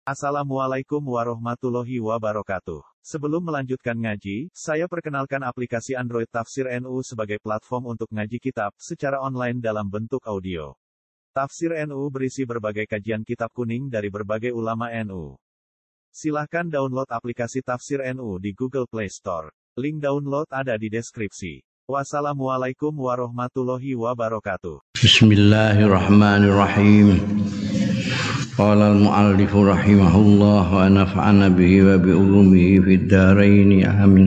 Assalamualaikum warahmatullahi wabarakatuh. Sebelum melanjutkan ngaji, saya perkenalkan aplikasi Android Tafsir NU sebagai platform untuk ngaji kitab secara online dalam bentuk audio. Tafsir NU berisi berbagai kajian kitab kuning dari berbagai ulama NU. Silahkan download aplikasi Tafsir NU di Google Play Store. Link download ada di deskripsi. Wassalamualaikum warahmatullahi wabarakatuh. Bismillahirrahmanirrahim. Qala al-muallif rahimahullah wa nafa'ana bihi wa bi ulumihi fid dharain amin.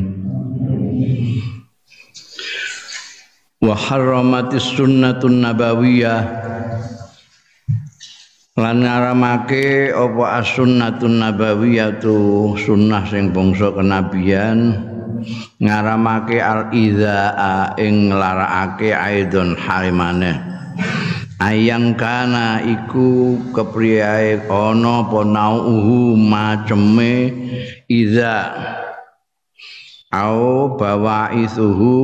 Wa harramatis sunnatun nabawiyah lan ngaramake apa as-sunnatun nabawiyah tu sunnah sing bangsa kenabian ngaramake al-idzaa ing nglarakake aidon harimane ayang kana iku kepriyae ana apa nauhu maceme idza au bawaisuhu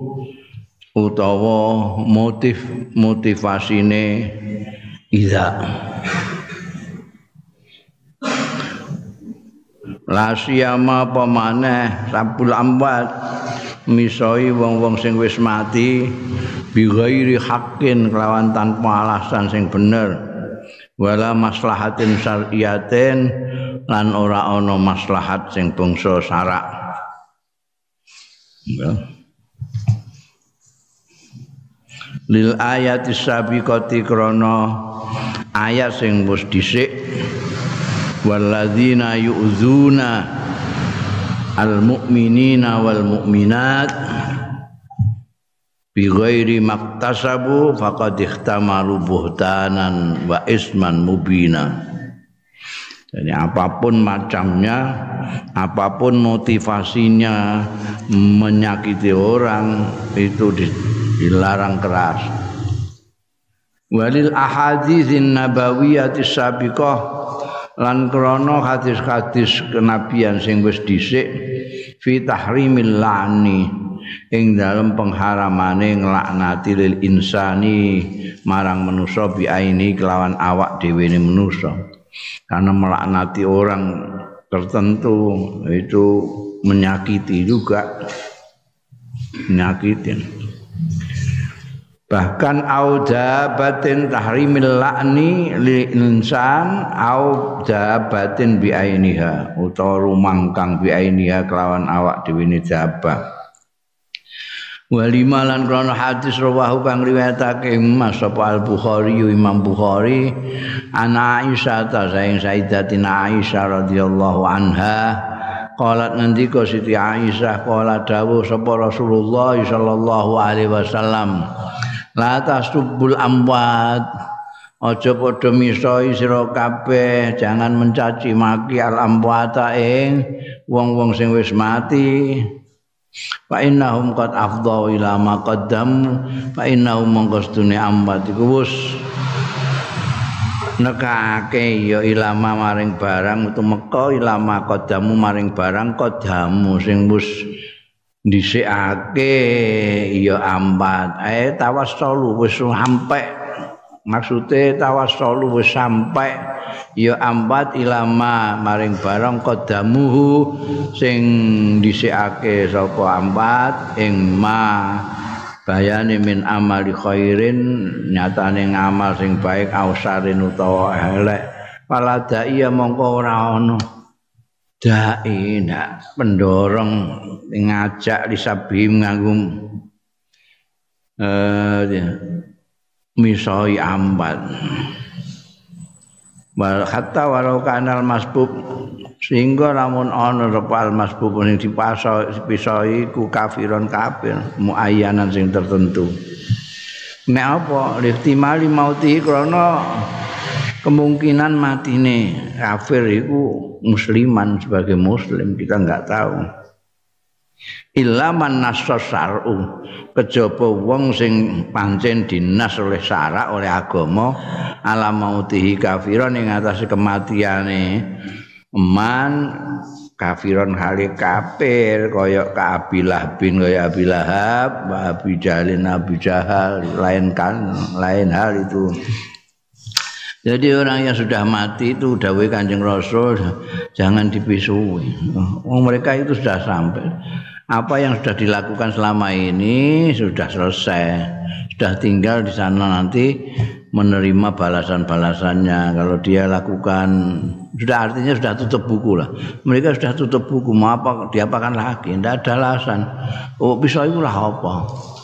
utawa motivasine idza la siyama pamaneh sabul amwat misoi wong-wong sing wis mati bi ghairi haqqin kelawan tanpa alasan sing bener wala maslahatin syar'iyatin lan ora ana maslahat sing bangsa syarak lil ayati sabiqati krana ayat sing wis dhisik walladzina yu'zuna al-mu'minina wal mu'minat bi ghairi maktasabu faqad ihtamalu buhtanan wa isman mubina. Jadi apapun macamnya, apapun motivasinya menyakiti orang itu dilarang keras. Walil ahadzitsin nabawiyatis sabiqah lan krana hadis-hadis kenabian sing wis dhisik fi tahrimil la'ni ing dalem pengharamane nglaknati lil insani marang manusa bi aini kelawan awak dhewe ne manusa karena melaknati orang tertentu itu menyakiti juga menyakitin bahkan audabatin tahrimil la'ni lil insan audabatin bi ainiha utawa rumangkang bi ainiha kelawan awak dhewe ne jabah walima lan krana hadis rawahu kang riwayatake Mas sapa Al-Bukhari Imam Bukhari ana Aisyah ta saing Sayyidatina Aisyah radhiyallahu anha qalat ngendika Siti Aisyah qala dawuh sapa Rasulullah sallallahu alaihi wasallam la tasubul amwat aja padha misoi sira kabeh jangan mencaci maki al amwata ing wong-wong sing wis mati fa innahum qad afdhu ila ma qaddam fa innahum mangkastune amwat iku wis nekake ya ilama maring barang tumeka ilama qaddamu maring barang qaddamu sing wis dhisikake ya ambat tawassul wis sampai maksude tawassul wis sampai ya ambat ilama maring barang qadamuhu sing dhisikake sapa ambat ing ma bayane min amali khairin nyatane ngamal sing baik ausarin utawa elek palada iya mongko ora ana dai nak pendorong ngajak disabim nganggo misoi ambat wal hatta walau kanal masbub sehingga lamun ana repal masbub ning dipisoi ku kafiron kafir muayyanan sing tertentu nek apa lihtimali mauti krana kemungkinan matine kafir iku musliman sebagai muslim kita enggak tahu illa man nassas syar'u kejaba wong sing pancen dinas oleh syarak oleh agama ala mautihi kafiron ing atase kematiane man kafiron hale kafir kaya Abilah bin kaya Abilahab Abi Jalin Abi Jahal lain hal itu Jadi orang yang sudah mati itu dawuh Kanjeng Rasul jangan dipisui. Mereka itu sudah sampai. Apa yang sudah dilakukan selama ini sudah selesai. Sudah tinggal di sana nanti menerima balasan-balasannya. Kalau dia lakukan sudah artinya sudah tutup buku lah. Mereka sudah tutup buku. Mau apa diapakan lagi? Tidak ada alasan. Oh pisau itu lah apa?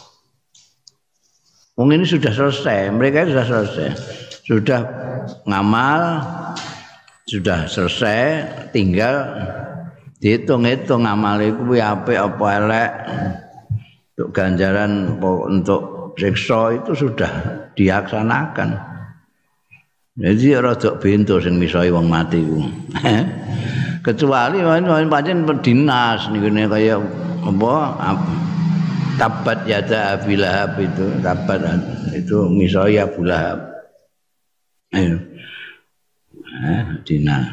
Ini sudah selesai. Mereka sudah selesai. Sudah ngamal, sudah selesai, tinggal dihitung-hitung ngamal itu apik apa elek. Untuk ganjaran untuk siksa itu sudah dilaksanakan. Jadi rada bento sing misoi wong mati ku. Kecuali pancen dinas niku kaya apa tabat yada Abi Lahab itu tabat itu misoi Abu Lahab. Dina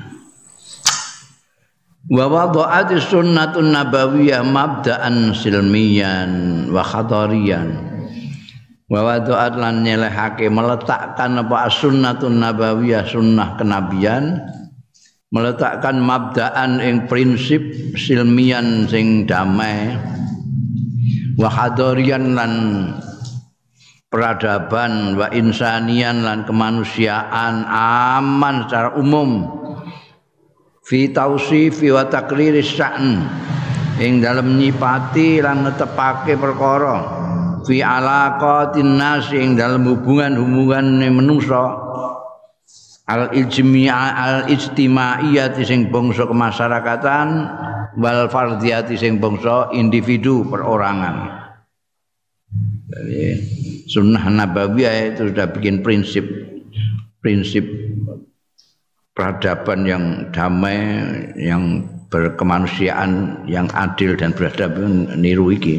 wa wada'at sunnatun nabawiyah mabda'an silmiyan wa khadariyan wa wada'at lan nyelehake meletakkan apa sunnatun nabawiyah sunnah kenabian meletakkan mabda'an ing prinsip silmiyan sing damai wa khadariyan lan peradaban wa insanian lan kemanusiaan aman secara umum fi tausifi wa takriri sya'n ing dalem nyipati lan netepake perkara fi alaqatin nas ing dalem hubungan menungsa al ijtimaiyah sing bangsa kemasyarakatan wal fardiyati sing bangsa individu perorangan. Jadi sunnah nabawiyah itu sudah bikin prinsip peradaban yang damai, yang berkemanusiaan, yang adil dan beradab niru iki.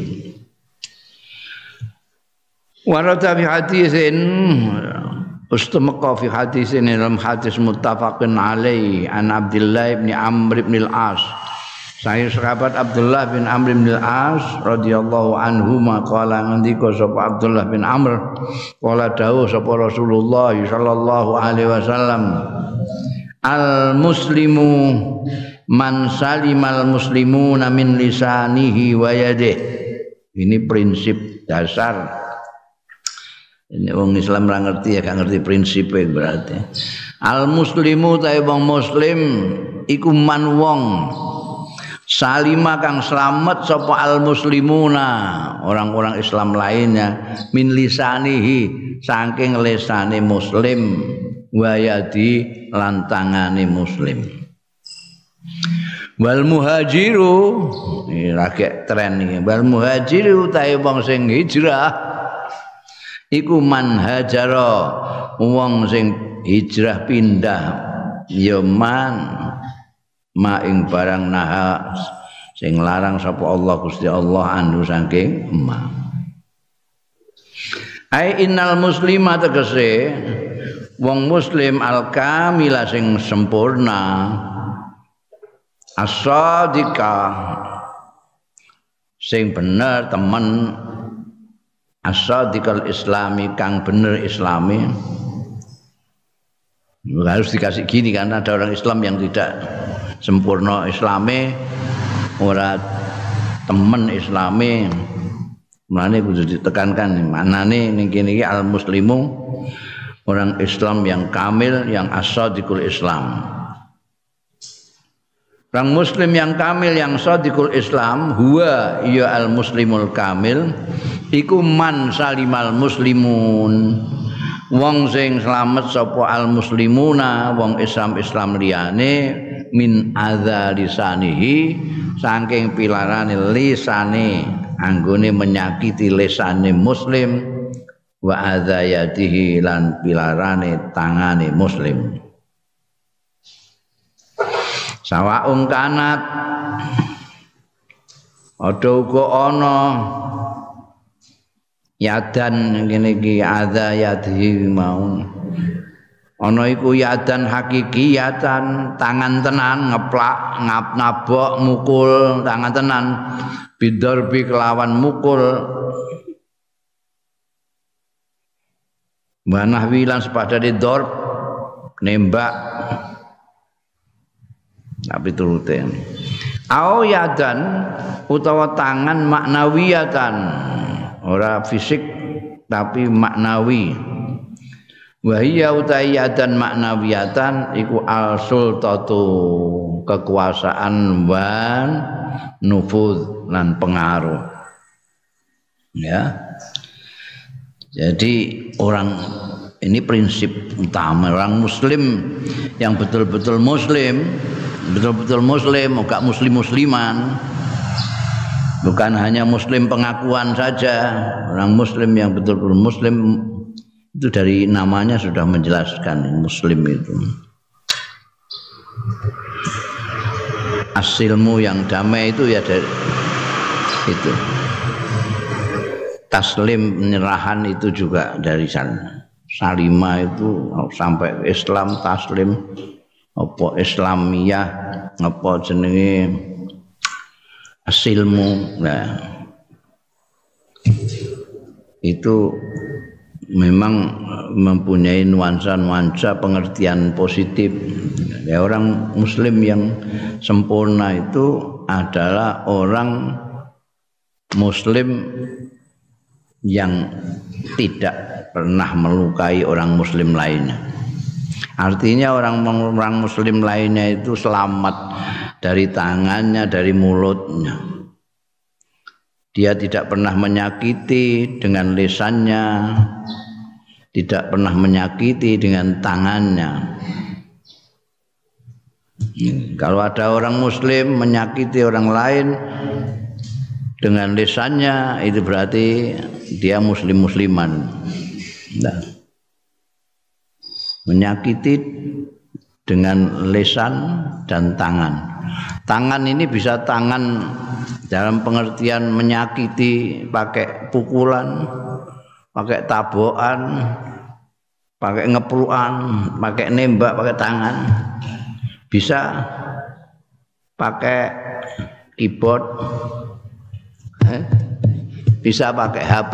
Warada fi hadisin ustamqa fi hadisin dalam hadis muttafaqun alaihi an Abdullah bin Amr bin al-As. Saya sahabat Abdullah bin Amr bin al-As radhiyallahu anhu maqala ngendika sapa Abdullah bin Amr qala dawuh sapa Rasulullah sallallahu alaihi wasallam al muslimu man salimal muslimuna min lisanihi wa yadihi. Ini prinsip dasar. Ini wong Islam ora ngerti ya gak ngerti prinsipe berarti. Al muslimu ta wong muslim iku man wong salima kang selamat sapa al muslimuna orang-orang Islam lainnya min lisanihi saking lisane muslim wa yadi lan tangane muslim wal muhajiru iki lagi tren iki wal muhajiru ta wong sing hijrah iku man hajara wong sing hijrah pindah ya man ma ing barang naha sing larang sapa Allah Gusti Allah anhu saking ma ai innal muslima tegese wong muslim al kamila sing sempurna as-sadiqa sing bener temen as-sadiqal islami kang bener islami. Harus dikasih gini karena ada orang Islam yang tidak sempurna islami, ora temen islami. Mulane kudu ditekankan manane ning kene iki al muslimu orang Islam yang kamil, yang as-sadiqul Islam. Orang muslim yang kamil, yang sadiqul Islam, huwa ya al muslimul kamil, iku man salimal muslimun. Wong sing slamet sapa al muslimuna, wong Islam liyane min adza lisanihi, saking pilarane lisane, anggone menyakiti lisane muslim, wa adza yadihi lan pilarane tangane muslim. Sawaung kanat ada uga ana yadan ngene iki adza yadihi mau ana iku yadan hakikiyatan tangan tenan ngeplak nabok mukul tangan tenan bidarbi kelawan mukul manah wilan sepadane dorb nembak tapi turute. Au yadan utawa tangan maknawiyatan, ora fisik tapi maknawi. Wa hiya utayadan maknawiyatan iku al sultatu, kekuasaan wan nufuz lan pengaruh. Ya. Jadi orang ini prinsip utama orang muslim yang betul-betul muslim, enggak muslim-musliman. Bukan hanya muslim pengakuan saja, orang muslim yang betul-betul muslim itu dari namanya sudah menjelaskan muslim itu. Asilmu yang damai itu ya dari itu. Taslim penyerahan itu juga dari sana. Salima itu sampai Islam, taslim apa Islamiyah, apa jenenge asilmu. Nah, itu memang mempunyai nuansa-nuansa pengertian positif. Ya, orang muslim yang sempurna itu adalah orang muslim yang tidak pernah melukai orang muslim lainnya. Artinya orang muslim lainnya itu selamat dari tangannya, dari mulutnya. Dia tidak pernah menyakiti dengan lisannya, tidak pernah menyakiti dengan tangannya. Kalau ada orang muslim menyakiti orang lain dengan lisannya, itu berarti dia muslim-musliman. Nah, menyakiti dengan lisan dan tangan. Tangan ini bisa tangan dalam pengertian menyakiti pakai pukulan, pakai tabokan, pakai ngeplukan, pakai nembak pakai tangan. Bisa pakai keyboard, bisa pakai HP,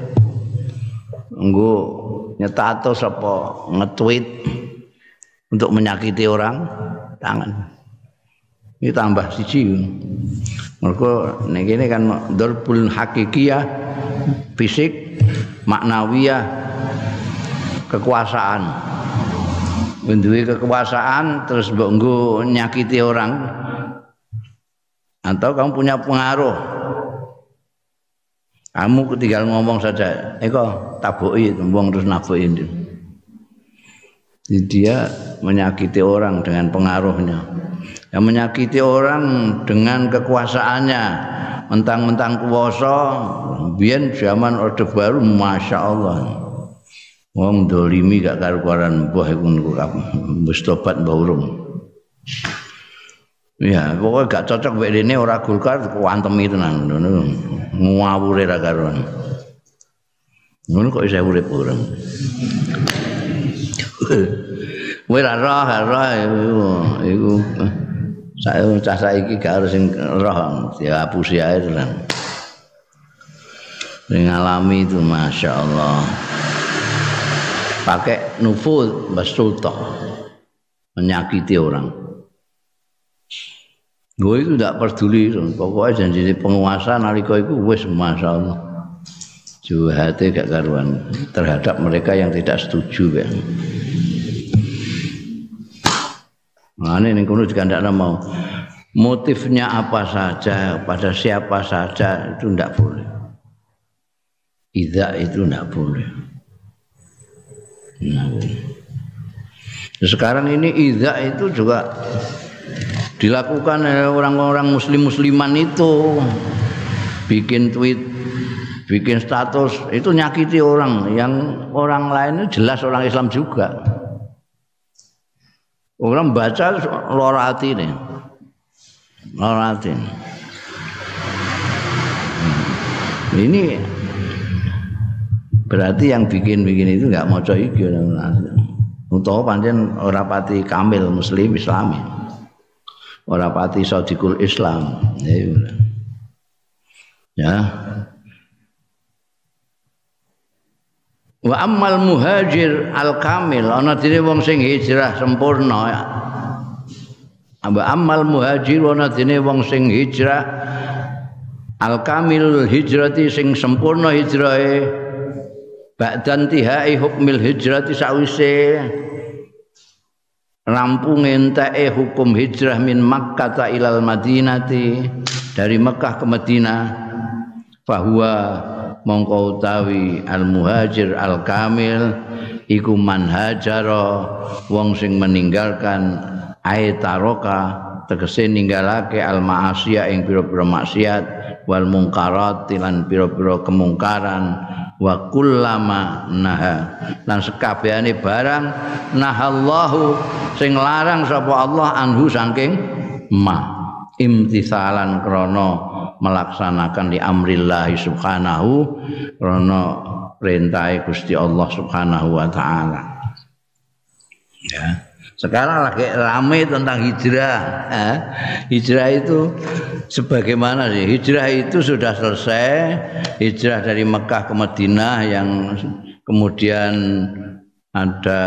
nggo nyetatos apa nge-tweet untuk menyakiti orang, tangan. Ini tambah siji. Mergo nek kene kan darbul hakikiyah, fisik, maknawiyah, kekuasaan. Menduwe kekuasaan terus mbok nggo nyakiti orang, atau kamu punya pengaruh. Kamu tinggal ngomong saja, kok taboki wong terus naboki. Dia menyakiti orang dengan pengaruhnya. Yang menyakiti orang dengan kekuasaannya, mentang-mentang kuwasa. Biyen zaman Orde Baru, masya Allah, wong dolimi gak karu-karuan, mbah iku wis tobat mbah urung. Ya, pokoknya gak cocok mbek dene ora Golkar kuantem itu nang ngono. Ngawure ra karuan. Ngono kok isih urip urung. Kowe ra roh iku cah saiki gak harus sing roh dihapusi ae tenan. Sing ngalami itu masya Allah. Pakai nufuz basultah, menyakiti orang. Gue itu tidak peduli, pokoknya janji penguasa nalika itu wis masya Allah. Juhate gak karuan terhadap mereka yang tidak setuju ya. Nah ini kono juga tidak mau motifnya apa saja pada siapa saja itu tidak boleh. Idza itu tidak boleh. Nah, sekarang ini idza itu juga dilakukan oleh orang-orang muslim-musliman itu, bikin tweet, bikin status itu nyakiti orang yang orang lain itu jelas orang Islam juga. Orang baca lara ati nih, lara ati. Ini berarti yang bikin itu nggak maca iki. Utawa pancen ora pati kamil muslim islami. Ora pati sadiqul Islam. Ya. Wa ammal muhajir al kamil ana dene wong sing hijrah sempurna. Wa ammal muhajir ana dene wong sing hijrah al kamil hijrati sing sempurna hijrahe ba'dan tihai hukmil hijrati sawise rampung enteke hukum hijrah min Makkah ilal Madinati dari Mekah ke Madinah bahwa mongko utawi al muhajir al kamil iku man hajara wong sing meninggalkan aitaroka tegese ninggalake al ma'asiyah ing pira-pira maksiat wal mungkarat lan pira-pira kemungkaran wa kullama naha lan sekabehane barang nahallahu sing larang sapa Allah anhu saking ma imtisalan krana melaksanakan di amrillah subhanahu krana perintah Gusti Allah subhanahu wa taala. Ya. Sekarang lagi ramai tentang hijrah. Hijrah itu sebagaimana sih? Hijrah itu sudah selesai. Hijrah dari Mekah ke Madinah yang kemudian ada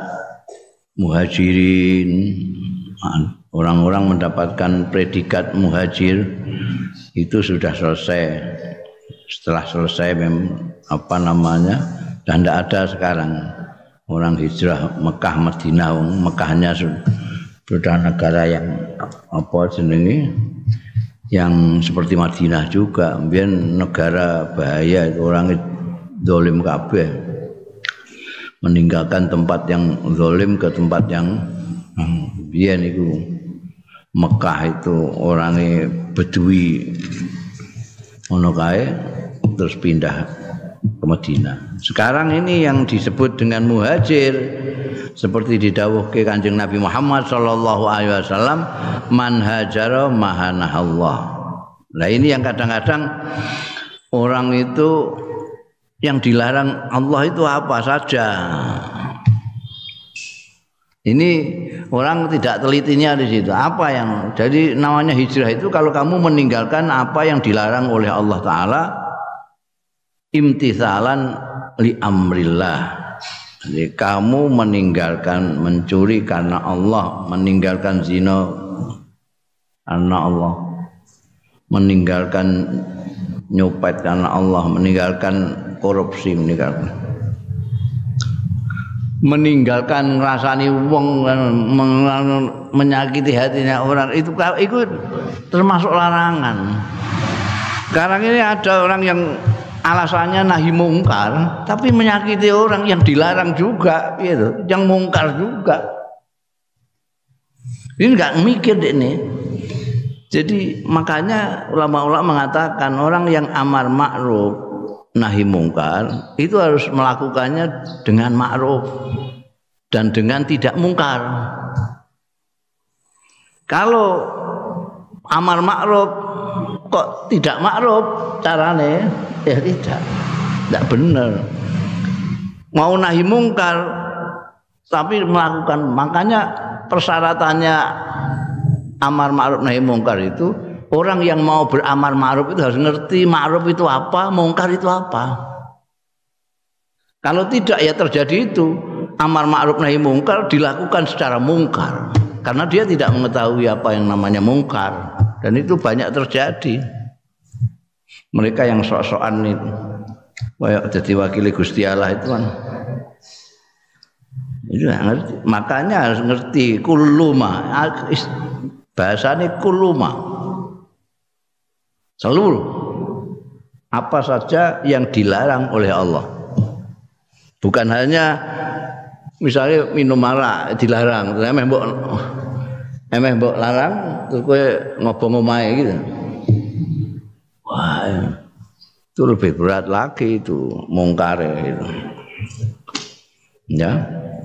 muhajirin. Orang-orang mendapatkan predikat muhajir itu sudah selesai. Setelah selesai dan tidak ada sekarang orang hijrah Mekah Madinah. Mekahnya sudah negara yang yang seperti Madinah juga. Biar negara bahaya itu orang zalim kabeh, meninggalkan tempat yang zalim ke tempat yang biar itu Mekah itu orangnya Bedui ono kae terus pindah ke Madinah. Sekarang ini yang disebut dengan muhajir seperti didhawuhke Kanjeng Nabi Muhammad sallallahu alaihi wasallam man hajara mahanahallah. Nah ini yang kadang-kadang orang itu yang dilarang Allah itu apa saja. Ini orang tidak telitinya di situ. Apa yang jadi namanya hijrah itu kalau kamu meninggalkan apa yang dilarang oleh Allah Ta'ala imtithalan li amrillah. Jadi kamu meninggalkan mencuri karena Allah, meninggalkan zina karena Allah, meninggalkan nyopet karena Allah, meninggalkan korupsi, meninggalkan ngrasani wong, menyakiti hatinya orang itu termasuk larangan. Sekarang ini ada orang yang alasannya nahi mungkar tapi menyakiti orang yang dilarang juga gitu, yang mungkar juga. Ini enggak mikir ini. Jadi makanya ulama-ulama mengatakan orang yang amar ma'ruf nahi mungkar itu harus melakukannya dengan ma'ruf dan dengan tidak mungkar. Kalau amar ma'ruf kok tidak ma'ruf carane, ya tidak benar. Mau nahi mungkar tapi melakukan, makanya persyaratannya amar ma'ruf nahi mungkar itu orang yang mau beramar ma'ruf itu harus ngerti ma'ruf itu apa, mungkar itu apa. Kalau tidak ya terjadi itu amar ma'ruf nahi mungkar dilakukan secara mungkar karena dia tidak mengetahui apa yang namanya mungkar, dan itu banyak terjadi. Mereka yang sok-sokan itu kayak jadi wakili Gusti Allah itu kan itu ngerti. Makanya harus ngerti kuluma, bahasanya kuluma, seluruh apa saja yang dilarang oleh Allah. Bukan hanya misalnya minum arak dilarang, emeh mbok larang terus kowe ngobong omahe gitu. Wah, itu lebih berat lagi itu mungkare itu. Ya.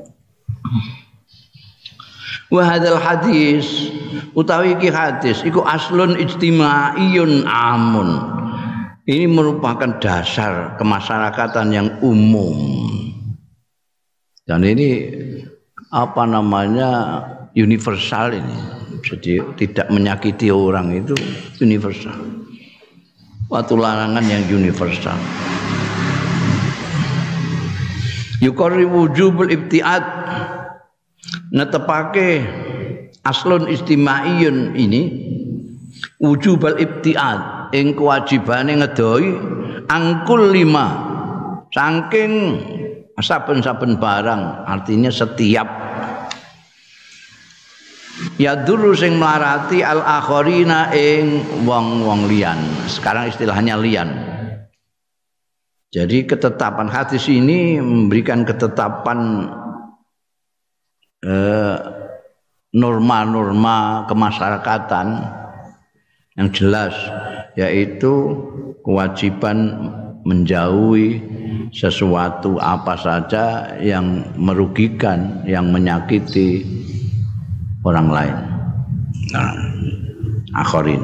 Wa hadzal hadis utawi iki hadis iku aslun ijtimaiyun amun. Ini merupakan dasar kemasyarakatan yang umum. Dan ini apa namanya universal ini. Jadi tidak menyakiti orang itu universal. Suatu larangan yang universal. Yuqarri wujubul ibtiad, netepake aslun istimaiyun ini wujubul ibtiad ing kewajibane ngedoi angkul 5 saking saben-saben barang, artinya setiap ya dulu sing melarati al akhirina ing wong-wong liyan. Sekarang istilahnya liyan. Jadi ketetapan hadis ini memberikan ketetapan norma-norma kemasyarakatan yang jelas, yaitu kewajiban menjauhi sesuatu apa saja yang merugikan, yang menyakiti orang lain. Nah, akhirin.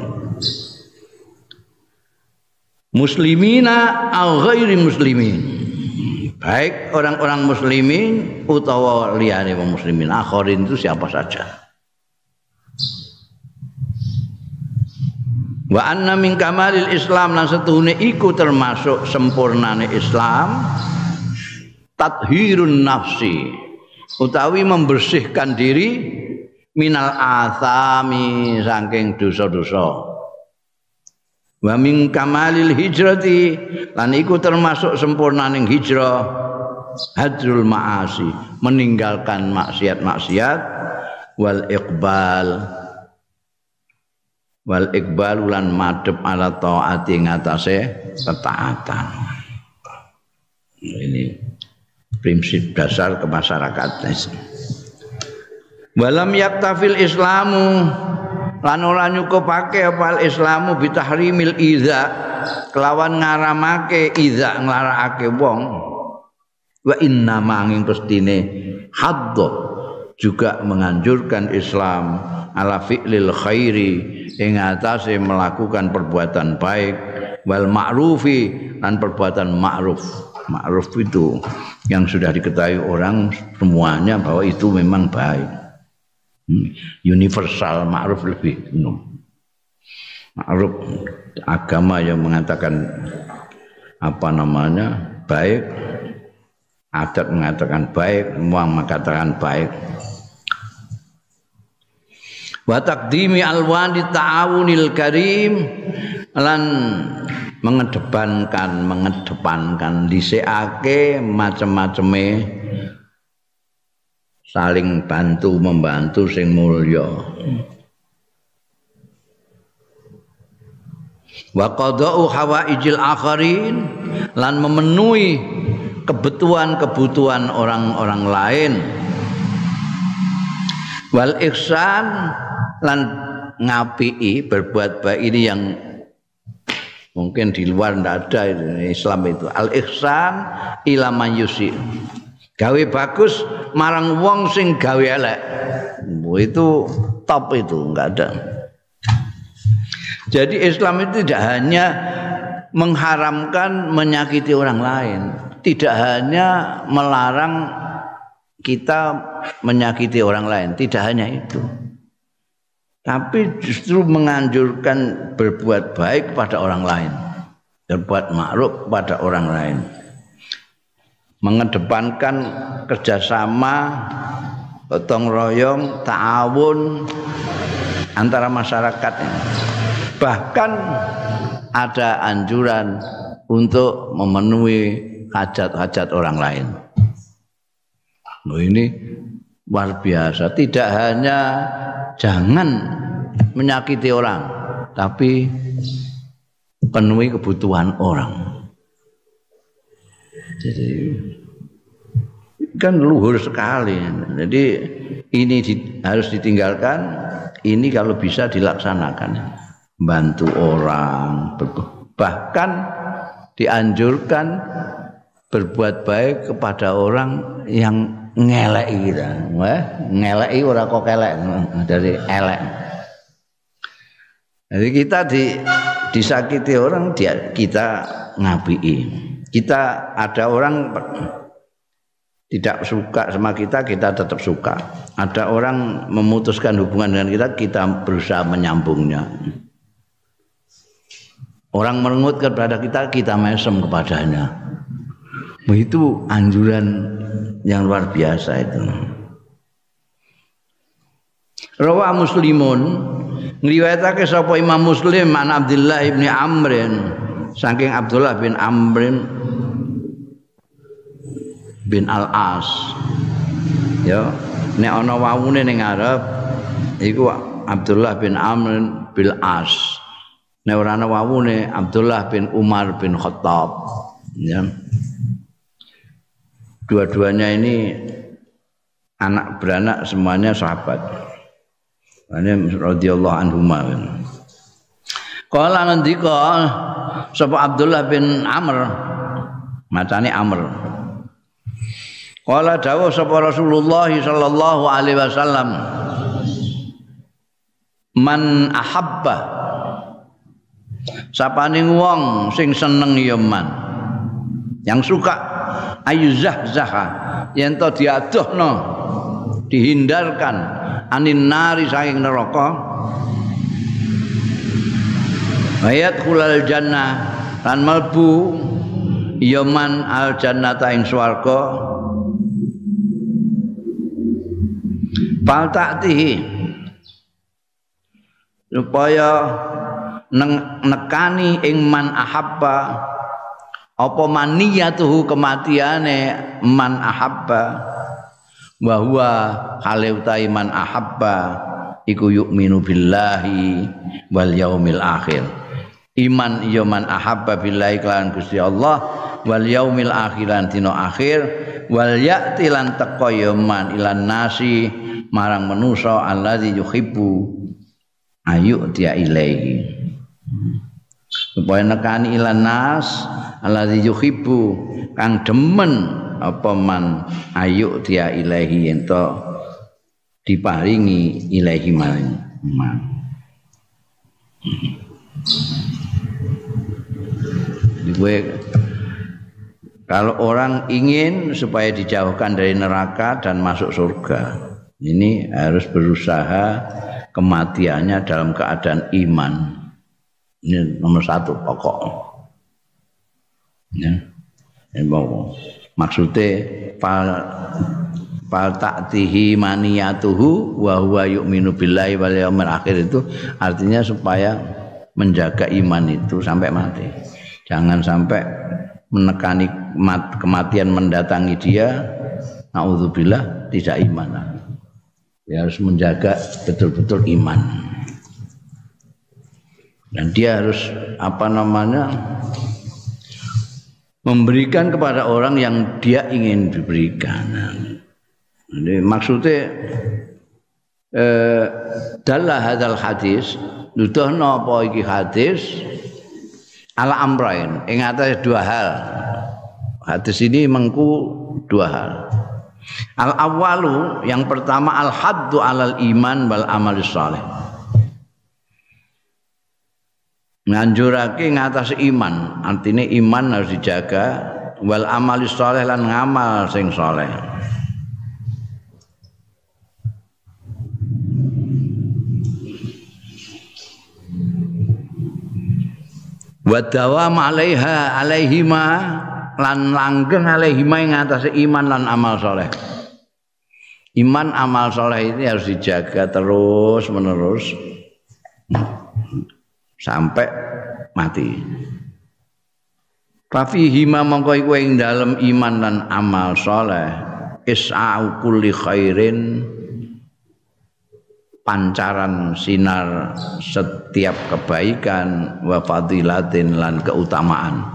Muslimina au ghairi muslimin. Baik orang-orang muslimin utawa liyane wong muslimin. Akhirin itu siapa saja. Wa anna min kamalil Islam, lan setuhune iku termasuk sempurnane Islam tathhirun nafsi, utawi membersihkan diri minal athami saking dosa-dosa. Wa min kamalil hijrati, lan iku termasuk sempurnaning hijrah hadrul ma'asi, meninggalkan maksiat-maksiat, wal iqbal lan madhep ala taati ngatasé ketaatan. Ini prinsip dasar kemasyarakatan. Walam yaktafil islamu, lan ora nyukupake apa islamu bitahrimil idza, kelawan ngaramake idza, nglarakake wong. Wa inna manging pestine hadd juga menganjurkan Islam ala fi'lil khairi, ing atase melakukan perbuatan baik, wal ma'rufi, dan perbuatan ma'ruf. Ma'ruf itu yang sudah diketahui orang semuanya bahwa itu memang baik. Universal, ma'ruf lebih ma'ruf agama yang mengatakan apa namanya baik, adat mengatakan baik, semua mengatakan baik. Wa taqdimi alwani ta'awunil karim, lan mengedepankan dhisikake macam-macame saling bantu membantu sing mulya. Wa qada'u hawaijil akharin, lan memenuhi kebutuhan-kebutuhan orang-orang lain. Wal ihsan, lan ngapii, berbuat baik ini yang mungkin di luar ndak ada Islam itu. Al ihsan ila man yusi, gawe bagus marang wong sing gawe elek. Itu top, itu enggak ada. Jadi Islam itu tidak hanya mengharamkan menyakiti orang lain, tidak hanya melarang kita menyakiti orang lain, tidak hanya itu, tapi justru menganjurkan berbuat baik kepada orang lain, berbuat ma'ruf kepada orang lain, mengedepankan kerjasama, gotong royong, ta'awun antara masyarakat. Bahkan ada anjuran untuk memenuhi hajat-hajat orang lain. Ini luar biasa. Tidak hanya jangan menyakiti orang, tapi penuhi kebutuhan orang. Jadi kan luhur sekali. Jadi ini harus ditinggalkan. Ini kalau bisa dilaksanakan, bantu orang, bahkan dianjurkan berbuat baik kepada orang yang ngeleki kita. Ngeleki ora kok elek, dari elek. Jadi kita disakiti orang, kita ngabii. Kita ada orang tidak suka sama kita, kita tetap suka. Ada orang memutuskan hubungan dengan kita, kita berusaha menyambungnya. Orang merengut kepada kita, kita mesem kepadanya. Itu anjuran yang luar biasa itu. Rawa Muslimun ngriwayatake sapa Imam Muslim an Abdullah bin Amrin saking Abdullah bin Amrin bin Al-As. Ya, nek ana wawune ning ngarep iku Abdullah bin Amr bin As. Nek ora ana wawune Abdullah bin Umar bin Khattab. Ya. Dua-duanya ini anak beranak semuanya sahabat. Ini radhiyallahu anhuma. Kala ngendika sapa Abdullah bin Amr, macane Amr. Kala dawuh sapa Rasulullah sallallahu alaihi wasallam, man ahabba sapaning wong sing seneng ya man, yang suka ayuzahzaha yen to diadohno dihindarkan anin nari saking neraka ayat khulal jannah lan malbu ya man al jannata ing swarga fal ta'tihi supaya nekani ing man ahabba apa maniyatuhu kematiane man ahabba wa huwa halautai man ahabba iku yu'minu billahi wal yaumil akhir. Iman ya man ahabba billahi kelawan Gusti Allah wal yaumil akhir lan dina akhir wal ya'ti lan teka ya man ilan nasi marang manusa alladzi yuhibbu ayu dia ilaihi supaya nekani ilan nas alladzi yuhibbu kang demen apa man ayu dia ilaihi ento diparingi ilaihi maring man. Kalau orang ingin supaya dijauhkan dari neraka dan masuk surga, ini harus berusaha kematiannya dalam keadaan iman. Ini nomor satu pokok. Ya, ini pokok. Maksudnya fal ta'tihi maniyatuhu wa huwa yu'minu billahi wal yaumil akhir itu artinya supaya menjaga iman itu sampai mati. Jangan sampai menekani kematian mendatangi dia, naudzubillah tidak iman. Dia harus menjaga betul-betul iman. Dan dia harus memberikan kepada orang yang dia ingin diberikan. Jadi maksudnya dalam hadal hadis nuduhna apa iki hadis ala amrain ing atas dua hal. Hadis ini mengku dua hal. Al awalu yang pertama al haddu alal iman wal amal saleh. Nganjurake ngatas iman, artinya iman harus dijaga wal amal saleh lan ngamal sing saleh. Wa dawam alaihima lan langgeng alaihima ing atase iman lan amal saleh. Iman amal saleh ini harus dijaga terus menerus sampai mati. Fafihima mongko iku ing dalem iman lan amal saleh is'au kulli khairin pancaran sinar setiap kebaikan wa fadilatin lan keutamaan.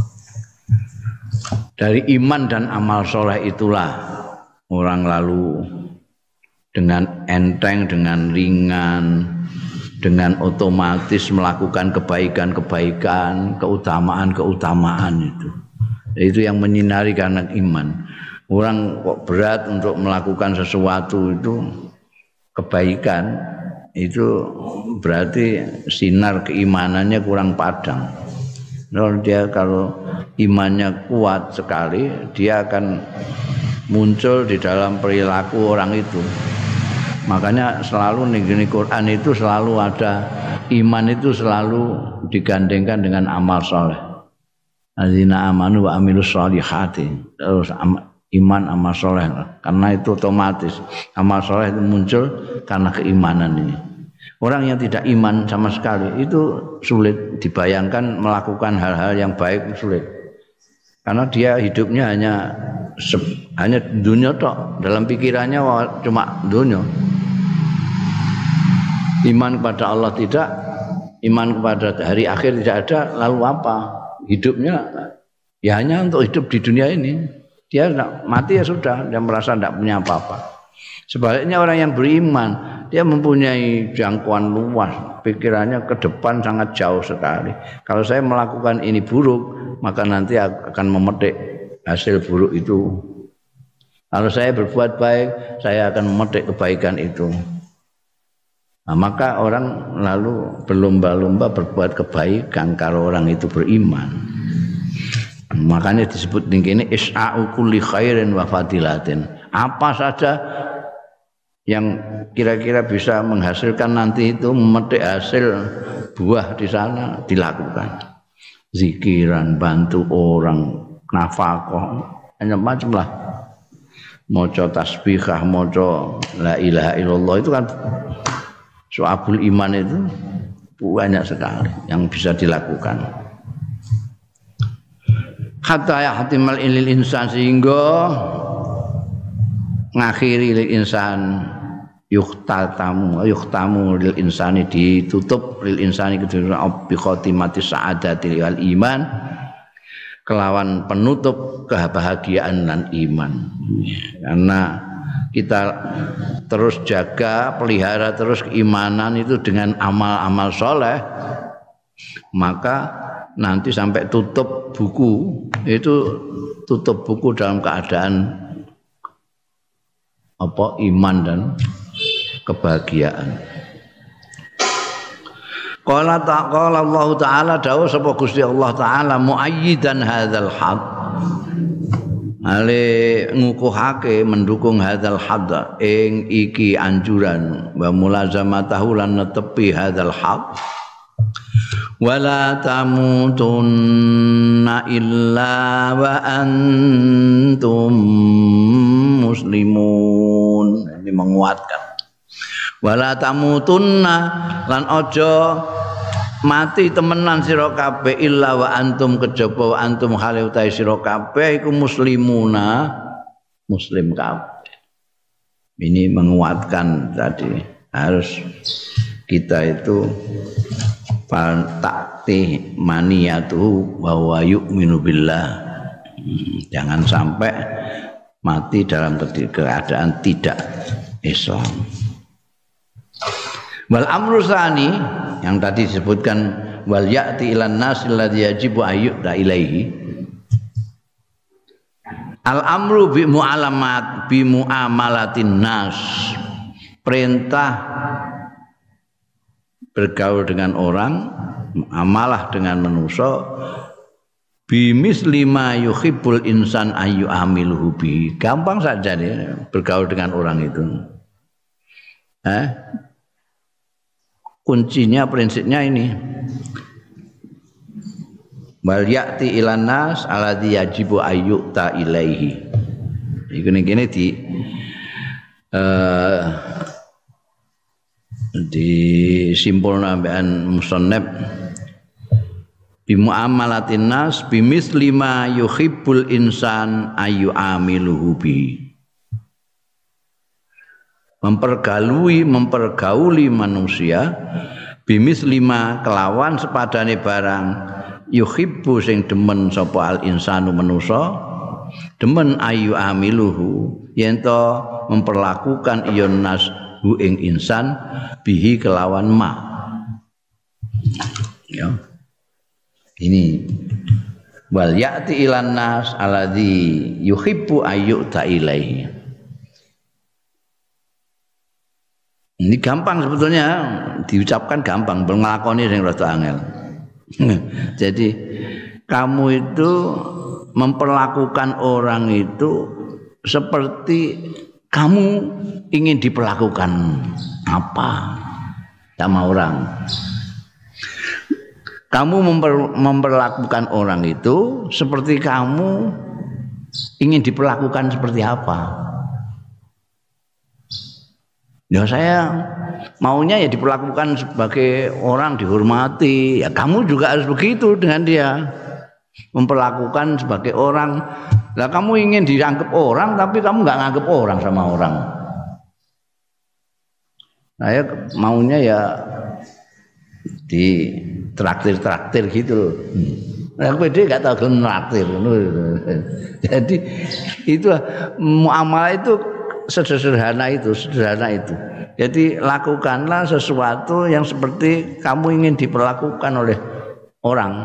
Dari iman dan amal soleh itulah orang lalu dengan enteng, dengan ringan, dengan otomatis melakukan kebaikan-kebaikan, keutamaan-keutamaan itu. Itu yang menyinari karena iman. Orang kok berat untuk melakukan sesuatu itu kebaikan itu berarti sinar keimanannya kurang padang. Kalau imannya kuat sekali, dia akan muncul di dalam perilaku orang itu. Makanya selalu ning Quran itu selalu ada iman itu selalu digandengkan dengan amal soleh. alladzina amanu wa amilus sholihati. Terus iman amal soleh, karena itu otomatis amal soleh itu muncul karena keimanan ini. Orang yang tidak iman sama sekali itu sulit dibayangkan melakukan hal-hal yang baik, sulit, karena dia hidupnya hanya dunia tok, dalam pikirannya cuma dunia. Iman kepada Allah tidak, iman kepada hari akhir tidak ada, lalu apa? Hidupnya ya hanya untuk hidup di dunia ini. Dia mati ya sudah, dia merasa tidak punya apa-apa. Sebaliknya orang yang beriman, dia mempunyai jangkauan luas, pikirannya ke depan sangat jauh sekali. Kalau saya melakukan ini buruk, maka nanti akan memetik hasil buruk itu. Kalau saya berbuat baik, saya akan memetik kebaikan itu. Nah, maka orang lalu berlomba-lomba berbuat kebaikan kalau orang itu beriman. Makanya disebut ini is'a'u kulli khairin wa fadilatin. Apa saja yang kira-kira bisa menghasilkan nanti itu memetik hasil buah di sana dilakukan. Zikiran, bantu orang, nafkah, macam-macam lah. Maca tasbihah, maca la ilaha illallah, itu kan syu'abul iman, itu banyak sekali yang bisa dilakukan. Hatta yahtimal ilil insan, sehingga ngakhiri lil insan yuhtamu lil insani, ditutup lil insani kedua bi khotimati sa'adati wal iman, kelawan penutup kebahagiaan dan iman. Karena kita terus jaga, pelihara terus keimanan itu dengan amal-amal soleh, maka nanti sampai tutup buku itu, tutup buku dalam keadaan apa? Iman dan kebahagiaan. Qala Allah Ta'ala, dawuh sapa Gusti Allah Ta'ala muayyidan hadzal haq, ale ngukuhake mendukung hadzal haq ing iki anjuran, wa mulazamatahu lan netepi hadzal haq. Wala tamutunna illa wa antum muslimun. Ini menguatkan. Wala tamutunna, lan ojo mati temenan sira kabeh illa wa antum, kejaba wa antum hale utahe sira kabeh iku muslimuna, muslim kabeh. Ini menguatkan tadi, harus kita itu takti maniyatuhu wa huwa yu'minu billah. Jangan sampai mati dalam keadaan tidak Islam. Wal amru tsani, yang tadi disebutkan wal ya'ti ilan nas alladzi yajibu ayyuda ilaihi. Al amru bi muamalatin nas, perintah bergaul dengan orang, amalah dengan manusia, bimis lima yuhibbul insan ayu amiluhu bi. Gampang saja nih bergaul dengan orang itu. Kuncinya, prinsipnya ini. Wal ya'ti ilan nas alladzi yajibu ayyuta ilaihi. Iku ngene disimpulna ambekan musannaf bi muamalatin nas bimisli ma yuhibbul insan ayu amiluhu bi. Mempergauli manusia bimisli ma kelawan sepadane barang yuhibbu sing demen sapa al insanu manusa, demen ayu amiluhu yen to memperlakukan iyon nas hu ing insan bihi kelawan ma. Ya. Ini wal ya'ti ilan nas alladzi yuhibbu ayyuta ilaihi. Ini gampang sebetulnya, diucapkan gampang, nglakoni sing rada angel. Jadi kamu itu memperlakukan orang itu seperti kamu ingin diperlakukan apa sama orang. kamu memperlakukan orang itu seperti kamu ingin diperlakukan seperti apa. Ya saya maunya ya diperlakukan sebagai orang dihormati. Ya kamu juga harus begitu dengan dia. Memperlakukan sebagai orang. Lah kamu ingin dianggap orang tapi kamu nggak nganggap orang sama orang. Saya maunya ya di traktir gitu loh. Aku dia nggak tahu gelem traktir. Jadi itu muamalah itu sederhana itu. Jadi lakukanlah sesuatu yang seperti kamu ingin diperlakukan oleh orang.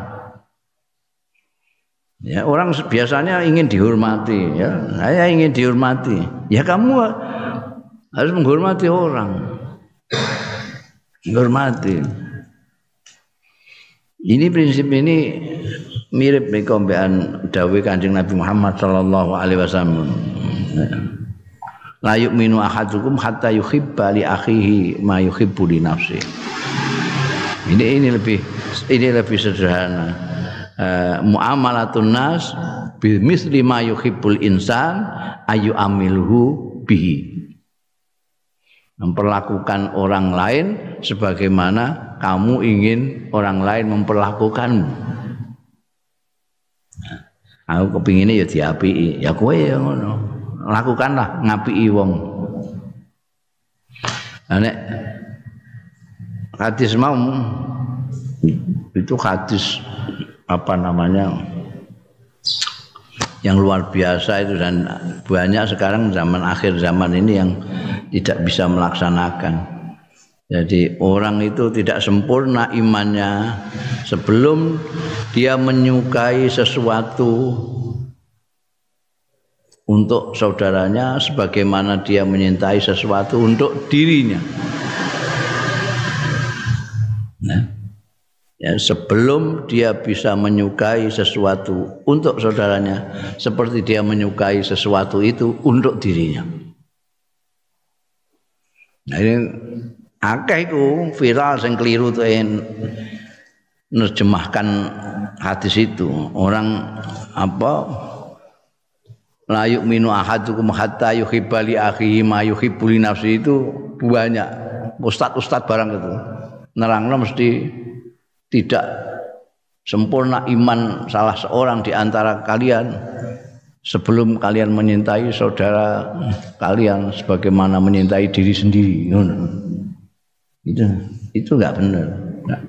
Ya, orang biasanya ingin dihormati, ya. Saya ingin dihormati. Ya kamu harus menghormati orang. Menghormati. Ini prinsip ini mirip dengan kombean dawuh Kanjeng Nabi Muhammad sallallahu alaihi wasallam. La yu'minu ahadukum hatta yuhibba li akhihi ma yuhibbu li nafsihi. Ini lebih sederhana. Muamalatun nas bi misli ma yuhibbul insan ayu amilhu bihi. Memperlakukan orang lain sebagaimana kamu ingin orang lain memperlakukanmu. Aku kepinginnya ya diapii, ya kowe ya ngono. Lakukanlah ngapii wong. Nek hadis mau itu hadis apa namanya yang luar biasa itu, dan banyak sekarang zaman akhir zaman ini yang tidak bisa melaksanakan. Jadi orang itu tidak sempurna imannya sebelum dia menyukai sesuatu untuk saudaranya sebagaimana dia menyintai sesuatu untuk dirinya. Nah, ya, sebelum dia bisa menyukai sesuatu untuk saudaranya seperti dia menyukai sesuatu itu untuk dirinya. Nah, ini akeh iku viral sing kliru tuh nerjemahkan hadis itu. Orang apa la yu'minu ahadukum hatta yuhibba li akhihi ma yuhibbu li nafsihi itu banyak ustad-ustad barang itu nerangno mesti tidak sempurna iman salah seorang di antara kalian sebelum kalian menyintai saudara kalian sebagaimana menyintai diri sendiri. Itu enggak benar. Nah.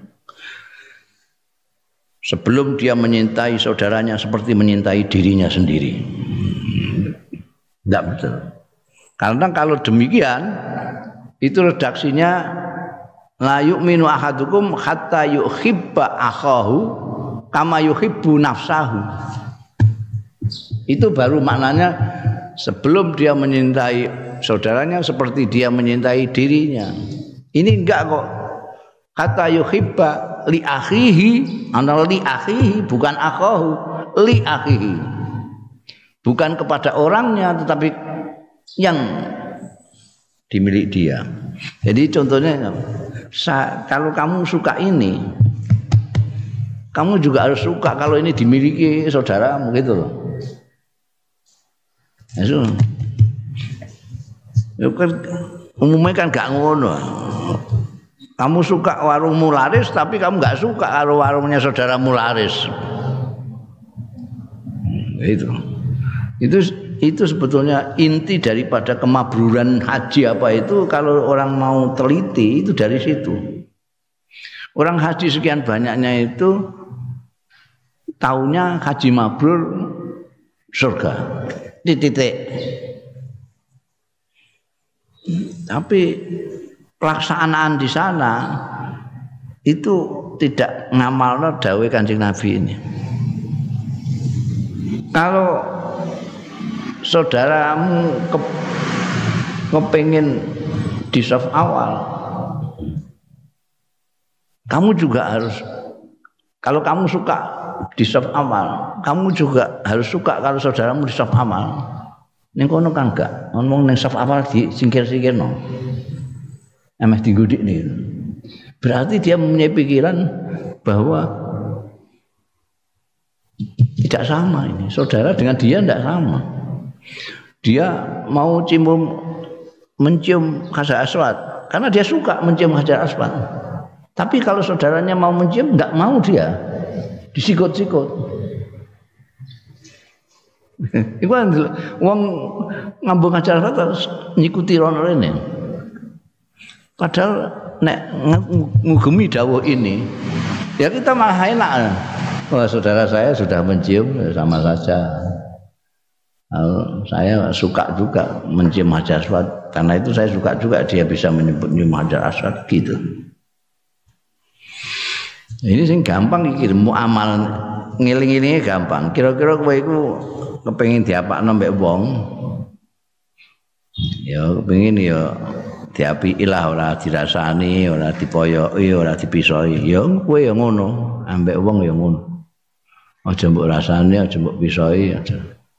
Sebelum dia menyintai saudaranya seperti menyintai dirinya sendiri. Enggak betul. Karena kalau demikian itu redaksinya la yu'minu ahadukum hatta yuhibba akhahu kama yuhibbu nafsahu. Itu baru maknanya sebelum dia menyintai saudaranya seperti dia menyintai dirinya. Ini enggak kok. Hatta yuhibba li akhihi, ana li akhihi bukan akhahu, li akhihi. Bukan kepada orangnya tetapi yang dimiliki dia. Jadi contohnya kalau kamu suka ini, kamu juga harus suka kalau ini dimiliki saudaramu gitu loh. Ya kan umumnya kan gak ngono. Kamu suka warungmu laris tapi kamu gak suka kalau warungnya saudaramu laris. Itu sebetulnya inti daripada kemabruran haji apa itu, kalau orang mau teliti itu dari situ. Orang haji sekian banyaknya itu taunya haji mabrur surga. Titik. Tapi pelaksanaan di sana itu tidak ngamalno dawuh Kanjeng Nabi ini. Kalau saudaramu kepengin di saf awal, kamu juga harus, kalau kamu suka di saf awal, kamu juga harus suka kalau saudaramu di saf awal. Ning kono kan enggak, ngomong ning saf awal disingkir-singkirno. Emeh digodik nih. Berarti dia mempunyai pikiran bahwa Tidak sama ini. Saudara dengan dia tidak sama. Dia mau mencium Hajar Aswad karena dia suka mencium Hajar Aswad. Tapi kalau saudaranya mau mencium, enggak mau dia. Disikut-sikut. Iku wong ngambung Hajar Aswad terus nyikuti rono rene. Padahal nek ngugemi dawuh ini, ya kita malah enak. Wah, saudara saya sudah mencium, sama saja. Saya suka juga mencium Hajar Aswad, karena itu saya suka juga dia bisa menyebut-nyebut Hajar Aswad gitu. Ini sing gampang iki muamalah ngiling-ilinge gampang. Kira-kira kowe iku kepengin diapakno mbek wong. Ya kepengin ya diapiki lah, ora dirasani, ora dipoyoki, ora dipisoi. Ya kowe ya ngono, ambek wong ya ngono. Aja mbok rasani, aja mbok pisoi, aja.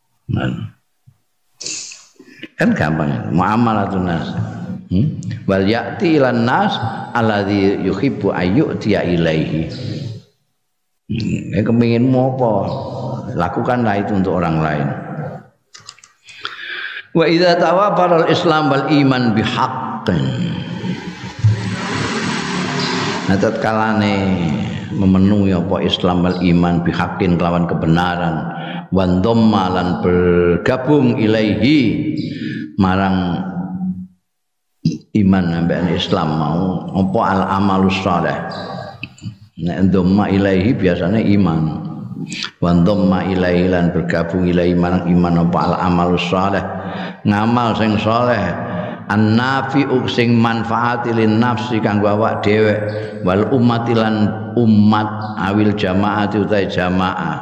Kan gampang muamalatun nas. Wal ya'ti ilan nas alladzi yuhibbu ayyu'tiya ilaihi. Kepinginmu apa? Lakukanlah itu untuk orang lain. Wa idza tawafara al-islam wal iman bihaqqin. Tatkalane memenuhi apa Islam wal iman bihaqqin kelawan kebenaran, wan dhamma lan bergabung ilaihi marang iman ambek Islam mau apa al amalus saleh. Nek dhamma ilaihi biasanya iman. Wan dhamma ilaihi lan bergabung ilaihi marang iman apa al amalus saleh. Ngamal sing saleh an-nafi'u sing manfaati lin nafsi kanggo awak dhewe wal ummati lan umat awil jamaati utai jamaah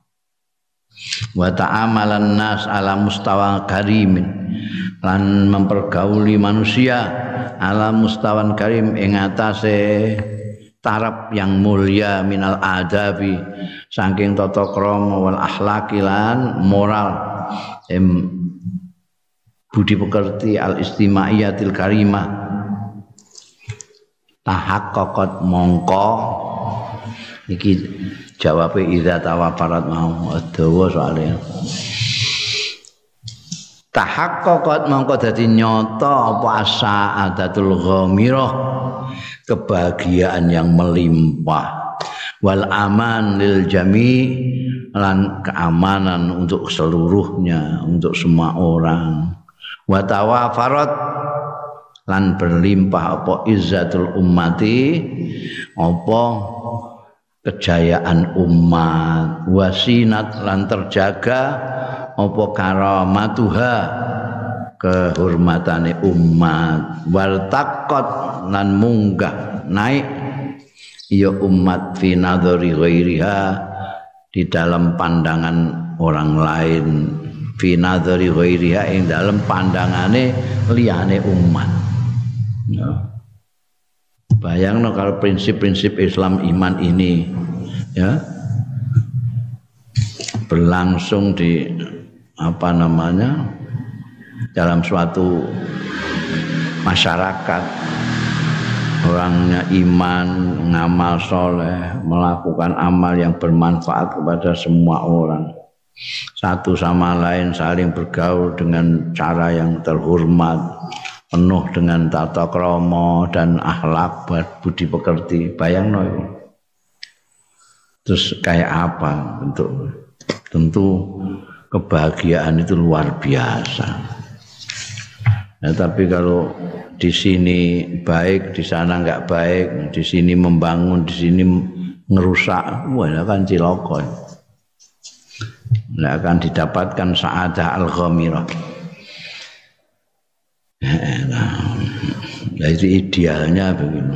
wa ta'amalan nas ala mustawa karimin lan mempergauli manusia ala mustawan karim ing atase taraf yang mulia minal adabi saking tata krama wal akhlaqi lan moral budi pekerti al istimaiyatil karimah tahaqqaqat mongko iki jawabe idza tawafarat mau dawa soalnya tahaqqaqat mongko dadi nyata apa as-sa'adatul ghamirah kebahagiaan yang melimpah wal aman lil jami' lan keamanan untuk seluruhnya untuk semua orang wa tawafarat lan berlimpah apa izzatul ummati apa kejayaan umat wasinat lan terjaga apa karamatuha kehormatane umat wal taqat lan munggah naik ya umat fi nadhari ghairiha di dalam pandangan orang lain fi nadhari ghairiha ing dalam pandangane liyane umat. Ya. Bayangno kalau prinsip-prinsip Islam iman ini ya berlangsung di apa namanya dalam suatu masyarakat orangnya iman, ngamal soleh, melakukan amal yang bermanfaat kepada semua orang. Satu sama lain saling bergaul dengan cara yang terhormat, penuh dengan tata krama dan akhlak budi pekerti. Bayangno itu. Terus kayak apa bentuk? Tentu kebahagiaan itu luar biasa. Nah, tapi kalau di sini baik, di sana enggak baik, di sini membangun, di sini ngerusak, wah kan cilaka. Nggak akan didapatkan sa'adah al-ghamirah. Nah, itu idealnya begini.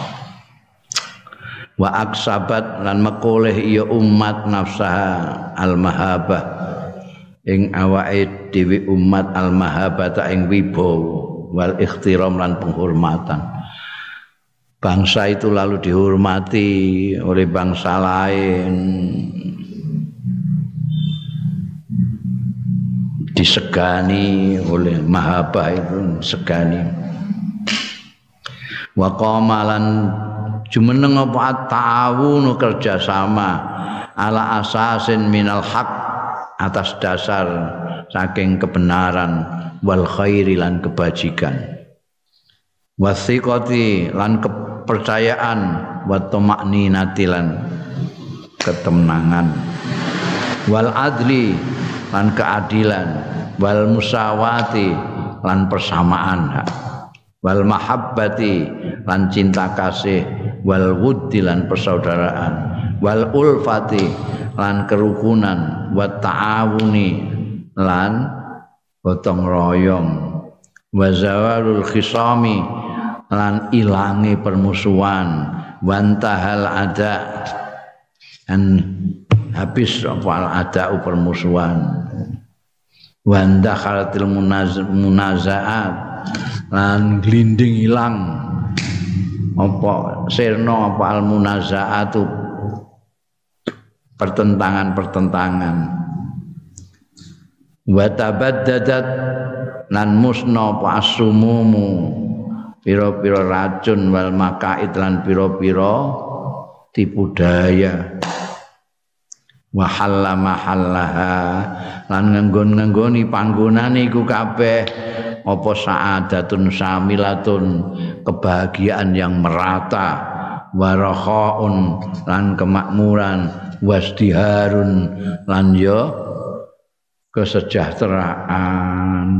Wa aksabat lan mekoleh iya umat nafsaha al-mahabah ing awake dhewe umat al-mahabata ing wibawa wal ikhtiram lan penghormatan. Bangsa itu lalu dihormati oleh bangsa lain, disegani oleh mahabah itu segani. Wa qamalan jumeneng apa ta'awunu kerjasama ala asasin minal haq atas dasar saking kebenaran wal khairi lan kebajikan wasiqati lan kepercayaan wa tuma'ninati lan ketenangan wal adli lan keadilan wal musawati lan persamaan wal mahabbati lan cinta kasih wal wuddi lan persaudaraan wal ulfati lan kerukunan wa ta'awuni lan gotong royong wa zawalul khisami lan ilangi permusuhan wantahal ada dan habis apa ada permusuhan wanda khalatil munazaat lan glinding ilang apa sirna apa al munazaatu pertentangan wa tabaddadat lan musna apa asumumu pira-pira racun wal makaid lan pira-pira tipu daya wa halla mahallaha lan nganggon-nganggoni panggonane iku kabeh apa sa'adatun samilatun kebahagiaan yang merata warakhaun lan kemakmuran wasdiharun lan ya kesejahteraan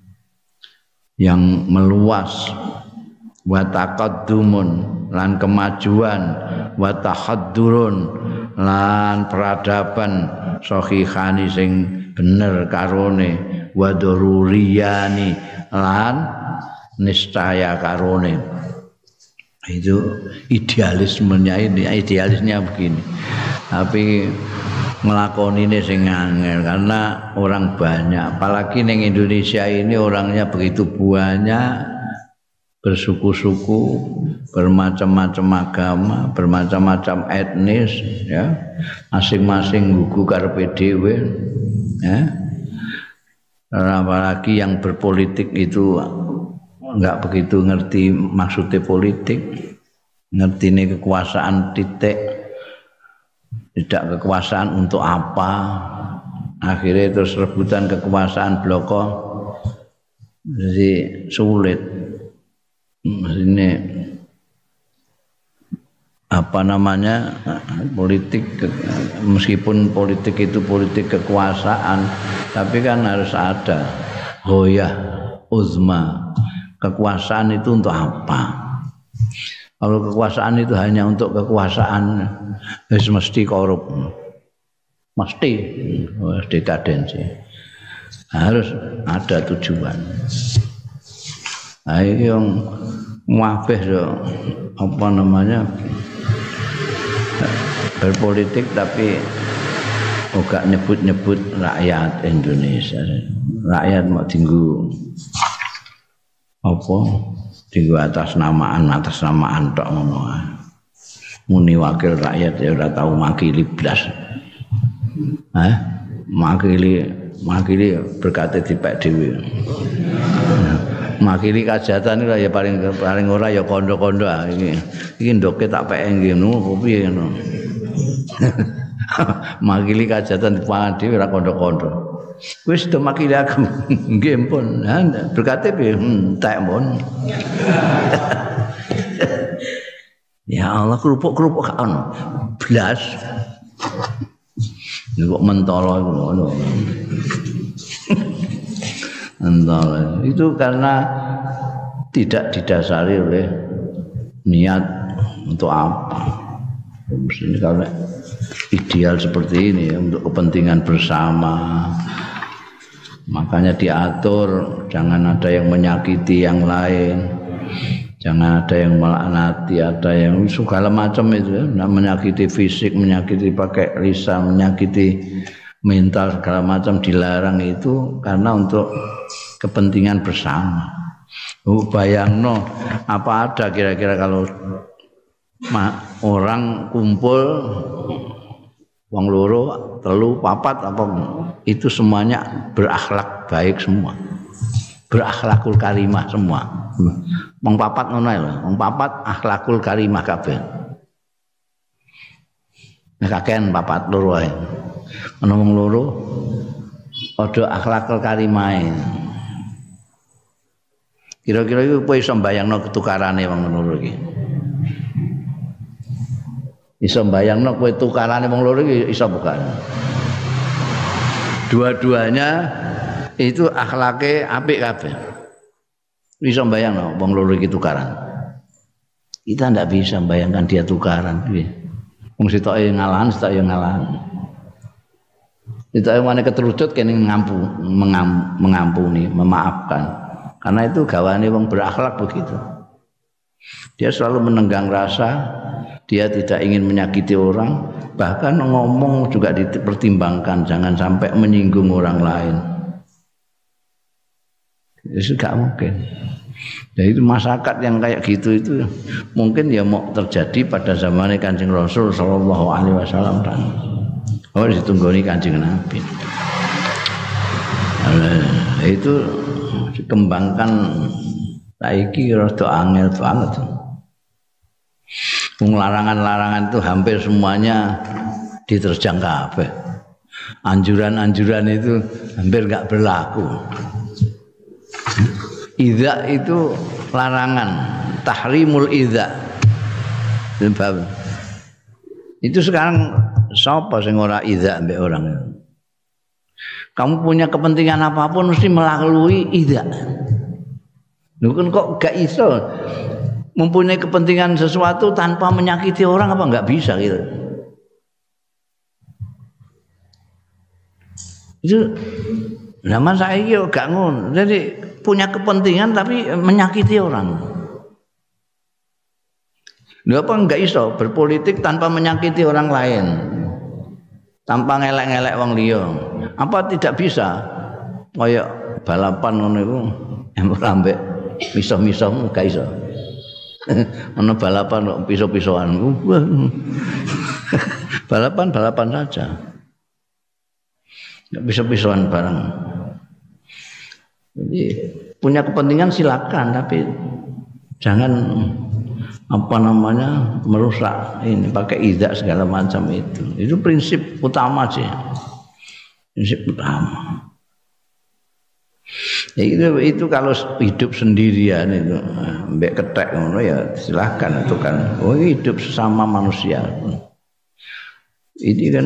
yang meluas wa taqaddumun lan kemajuan wa tahaddurun lan peradaban sahihani sing bener karone wa daruriyani lan niscaya karone. Itu idealismenya ini, idealisnya begini. Tapi ngelakoni ini sing angel karena orang banyak, apalagi di Indonesia ini orangnya begitu banyak, bersuku-suku, bermacam-macam agama, bermacam-macam etnis, ya, masing-masing gugu karepe dhewe, ya. Apalagi yang berpolitik itu enggak begitu ngerti maksudnya politik, ngerti ini kekuasaan titik, tidak kekuasaan untuk apa, akhirnya terus rebutan kekuasaan bloko, jadi sulit. Ini apa namanya politik, meskipun politik itu politik kekuasaan, tapi kan harus ada hoyah uzma. Kekuasaan itu untuk apa? Kalau kekuasaan itu hanya untuk kekuasaan, mesti korup, mesti dekadensi. Harus ada tujuan. Nah, yang muafih apa namanya berpolitik tapi enggak nyebut-nyebut rakyat Indonesia. Rakyat mau tinggu apa tinggu atas namaan tok ngono. Muni wakil rakyat ya ora tau makili blas. Makili berkate dipek dhewe. Makili kajatan iki ya paling ora ya kondo-kondo iki ndoke tak pek nggih ngono piye ngono. Makili kajatan dipangan dhewe ora kondo-kondo. Wis do makili aku nggih pun berkate piye entek pun. Ya Allah kerupuk-kerupuk gak ono blas. Kok mentolo iku ngono. Entah, itu karena tidak didasari oleh niat untuk apa. Mesti kalau ideal seperti ini ya, untuk kepentingan bersama, makanya diatur jangan ada yang menyakiti yang lain, jangan ada yang melaknati, ada yang segala macam itu ya, menyakiti fisik, menyakiti pakai lisan, menyakiti mental segala macam dilarang itu karena untuk kepentingan bersama. Bayangno apa ada kira-kira kalau orang kumpul wong loro, telu, papat apa itu semuanya berakhlak baik semua. Berakhlakul karimah semua. Wong papat ngono lho, wong papat akhlakul karimah kabeh. kakean papat loro ae. Ana wong loro padha akhlakul karimae. Kira-kira iku kowe iso mbayangno ketukarane wong loro iki. Iso mbayangno kowe tukarane wong loro iki iso bukan? Dua-duanya itu akhlake apik kabeh. Iso mbayangno wong loro iki tukaran. Kita ndak bisa membayangkan dia tukaran. Wong sitoke ngalahan, sitoke ngalahan. Sitoke mane keterudut kene mengampuni, memaafkan. Karena itu gawane wong berakhlak begitu. Dia selalu menenggang rasa, dia tidak ingin menyakiti orang, bahkan ngomong juga dipertimbangkan, jangan sampai menyinggung orang lain. Itu gak mungkin. Jadi itu masyarakat yang kayak gitu itu mungkin ya mau terjadi pada zamannya Kanjeng Rasul sallallahu alaihi wasallam dan ditunggoni Kanjeng Nabi. Itu dikembangkan saiki rada angel banget. Larangan-larangan itu hampir semuanya diterjang kabeh. Anjuran-anjuran itu hampir enggak berlaku. Idza itu larangan, tahrimul idza. Itu sekarang siapa sing ora idza mbek orang? Kamu punya kepentingan apapun mesti melalui idza. Lho kan kok gak iso mempunyai kepentingan sesuatu tanpa menyakiti orang apa enggak bisa gitu. Itu zaman saiki yo gak ngono. Jadi punya kepentingan tapi menyakiti orang. Lho apa enggak iso berpolitik tanpa menyakiti orang lain? Tanpa ngelek-ngelek wong liya. Apa tidak bisa? Kayak balapan ngono iku ambek miso-miso gak iso. Ono balapan kok piso-pisoan. Balapan saja. Enggak piso-pisoan bareng. Jadi punya kepentingan silakan tapi jangan merusak ini pakai idza segala macam itu. Itu prinsip utama sih. Prinsip utama. Ya itu kalau hidup sendirian itu mbek ketek ngono ya silakan itu kan. Oh hidup sesama manusia. Ini kan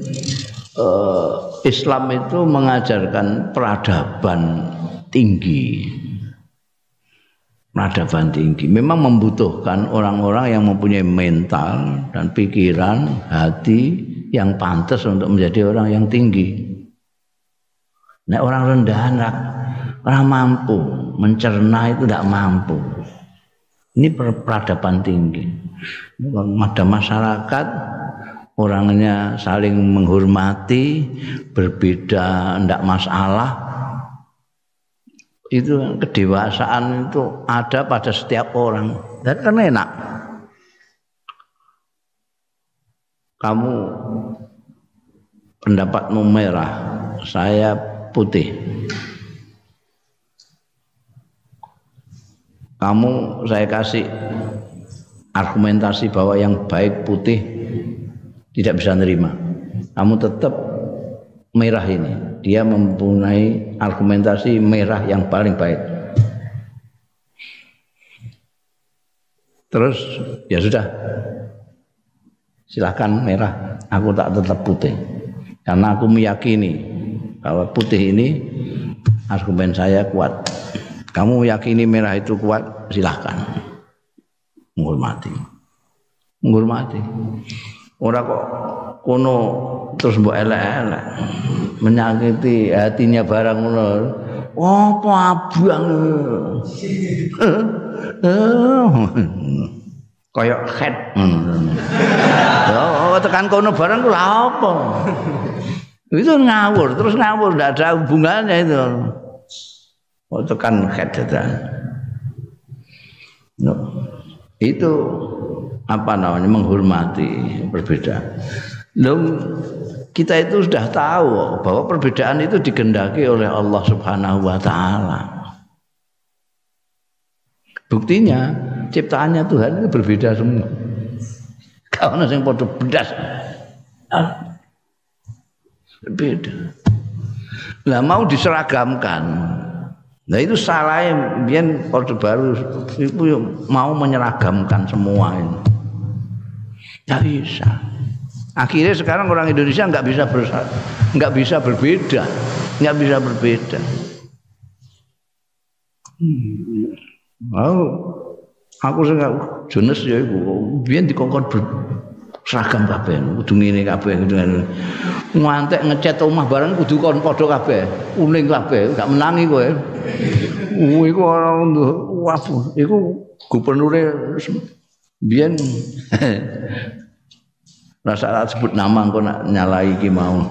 Islam itu mengajarkan peradaban tinggi. Peradaban tinggi memang membutuhkan orang-orang yang mempunyai mental dan pikiran, hati yang pantas untuk menjadi orang yang tinggi. Nek orang rendahan orang mampu mencerna itu tidak mampu. Ini peradaban tinggi. Ada masyarakat orangnya saling menghormati, berbeda tidak masalah. Itu kedewasaan itu ada pada setiap orang. Dan kan enak. Kamu pendapatmu merah, saya putih. Kamu saya kasih argumentasi bahwa yang baik putih tidak bisa nerima. Kamu tetap merah ini. Dia mempunyai argumentasi merah yang paling baik. Terus ya sudah. Silakan merah. Aku tak tetap putih. Karena aku meyakini bahwa putih ini argumen saya kuat. Kamu meyakini merah itu kuat, silakan. Menghormati. Ora kok kono terus mbok elek-elek menyakiti hatinya barang ngono. Apa abang? Kayak head. Ya tekan kono barang ku lha apa? Itu ngawur, terus ngawur ndak ada hubungannya itu. Oh tekan head itu. No. Itu apa namanya menghormati perbedaan. Kita itu sudah tahu bahwa perbedaan itu digendaki oleh Allah Subhanahu wa taala. Buktinya ciptaannya Tuhan itu berbeda semua. Kalau sing padha bedas. Beda. Lah mau diseragamkan. Nah itu salahnya biyen Orde Baru itu mau menyeragamkan semua ini. Tidak bisa. Akhirnya sekarang orang Indonesia nggak bisa berbeda, nggak bisa berbeda. Aku sing jenis ya iku, biyen dikongkon seragam kabeh, kudu ngene kabeh gitu. Ngantek ngecat omah barang kudu kon padha kabeh, kuning kabeh, gak menangi kowe. Iku ora waduh, iku gubernure biyen rasa sebut nama engko nak nyalai iki mau.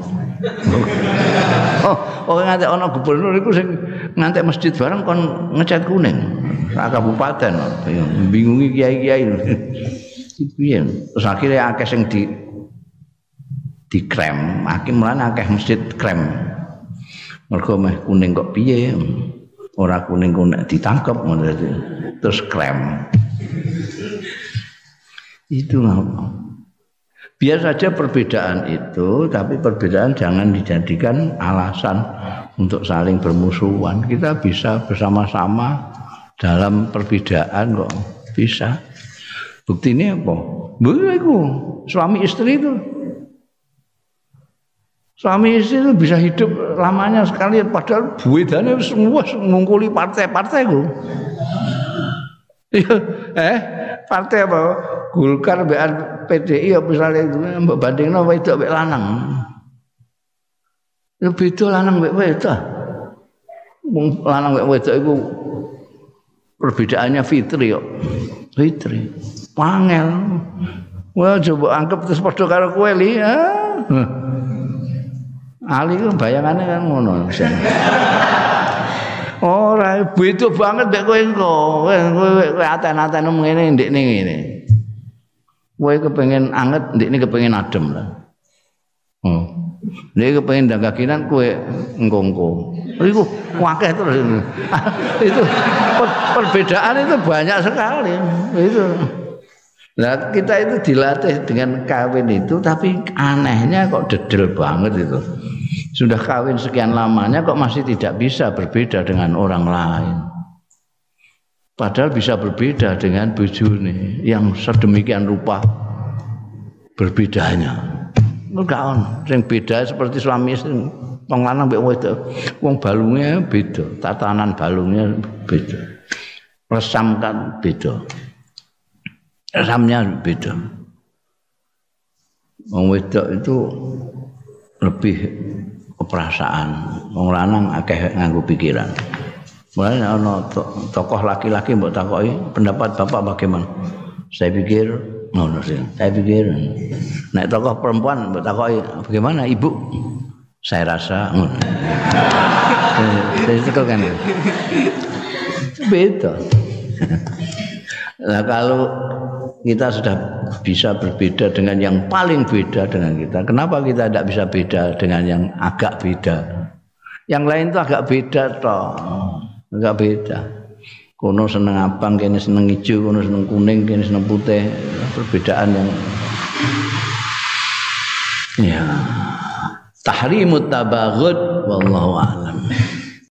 Oh ngantek ana gubernur iku sing ngantek masjid bareng kon ngecat kuning. Sak kabupaten bingungi kiai-kiai. Piye? Terus akhirnya akeh sing di krem, mulane akeh masjid krem. Mergo meh kuning kok piye? Ora kuning kok nek ditangkep ngono terus krem. Itu ngapa? Biar saja perbedaan itu, tapi perbedaan jangan dijadikan alasan untuk saling bermusuhan. Kita bisa bersama-sama dalam perbedaan kok bisa. Bukti ini apa? Begitu, suami istri itu. Suami istri itu bisa hidup lamanya sekali, padahal buedane semua ngungkuli partai-partai itu. Partai apa? Golkar mbek PDI apa misale mbok bandingno wedok mbek lanang. Ya beda lanang mbek wedok. Wong lanang mbek wedok iku perbedaannya fitri kok. Fitri. Pangel. Wah coba anggap terus padha karo kowe li. Ali ku bayangane kan ngono. Ora beda banget mbek kowe engko. Kowe aten-aten ngene ndekne ngene. Kowe kepengin anget, ndekne kepengin adem lah. Ndek kepengin dagakinan kowe engko-engko. Iku akeh terus. Itu perbedaan itu banyak sekali. Itu. Nah, kita itu dilatih dengan kawin itu tapi anehnya kok dedel banget itu. Sudah kawin sekian lamanya kok masih tidak bisa berbeda dengan orang lain. Padahal bisa berbeda dengan bojone yang sedemikian rupa berbedanya. Enggak on, sing beda seperti suami istri, wong lanang mbek wedok, wong balungnya beda, tatanan balungnya beda. Resam kan beda. Resamnya beda. Wong wedok itu lebih keperasaan, wong lanang akeh nganggo pikiran. Mulai ana tokoh laki-laki mbok takoki pendapat Bapak bagaimana? Saya pikir ngono sih. Saya pikir nek tokoh perempuan mbok takoki bagaimana Ibu? Saya rasa ngono. Saya kan. Beda. Nah kalau kita sudah bisa berbeda dengan yang paling beda dengan kita, kenapa kita tidak bisa beda dengan yang agak beda? Yang lain itu agak beda toh. Enggak beda. Kono seneng abang, kene seneng hijau, kono seneng kuning, kene seneng putih. Perbedaan yang ya tahrimut tabaghut wallahu a'lam.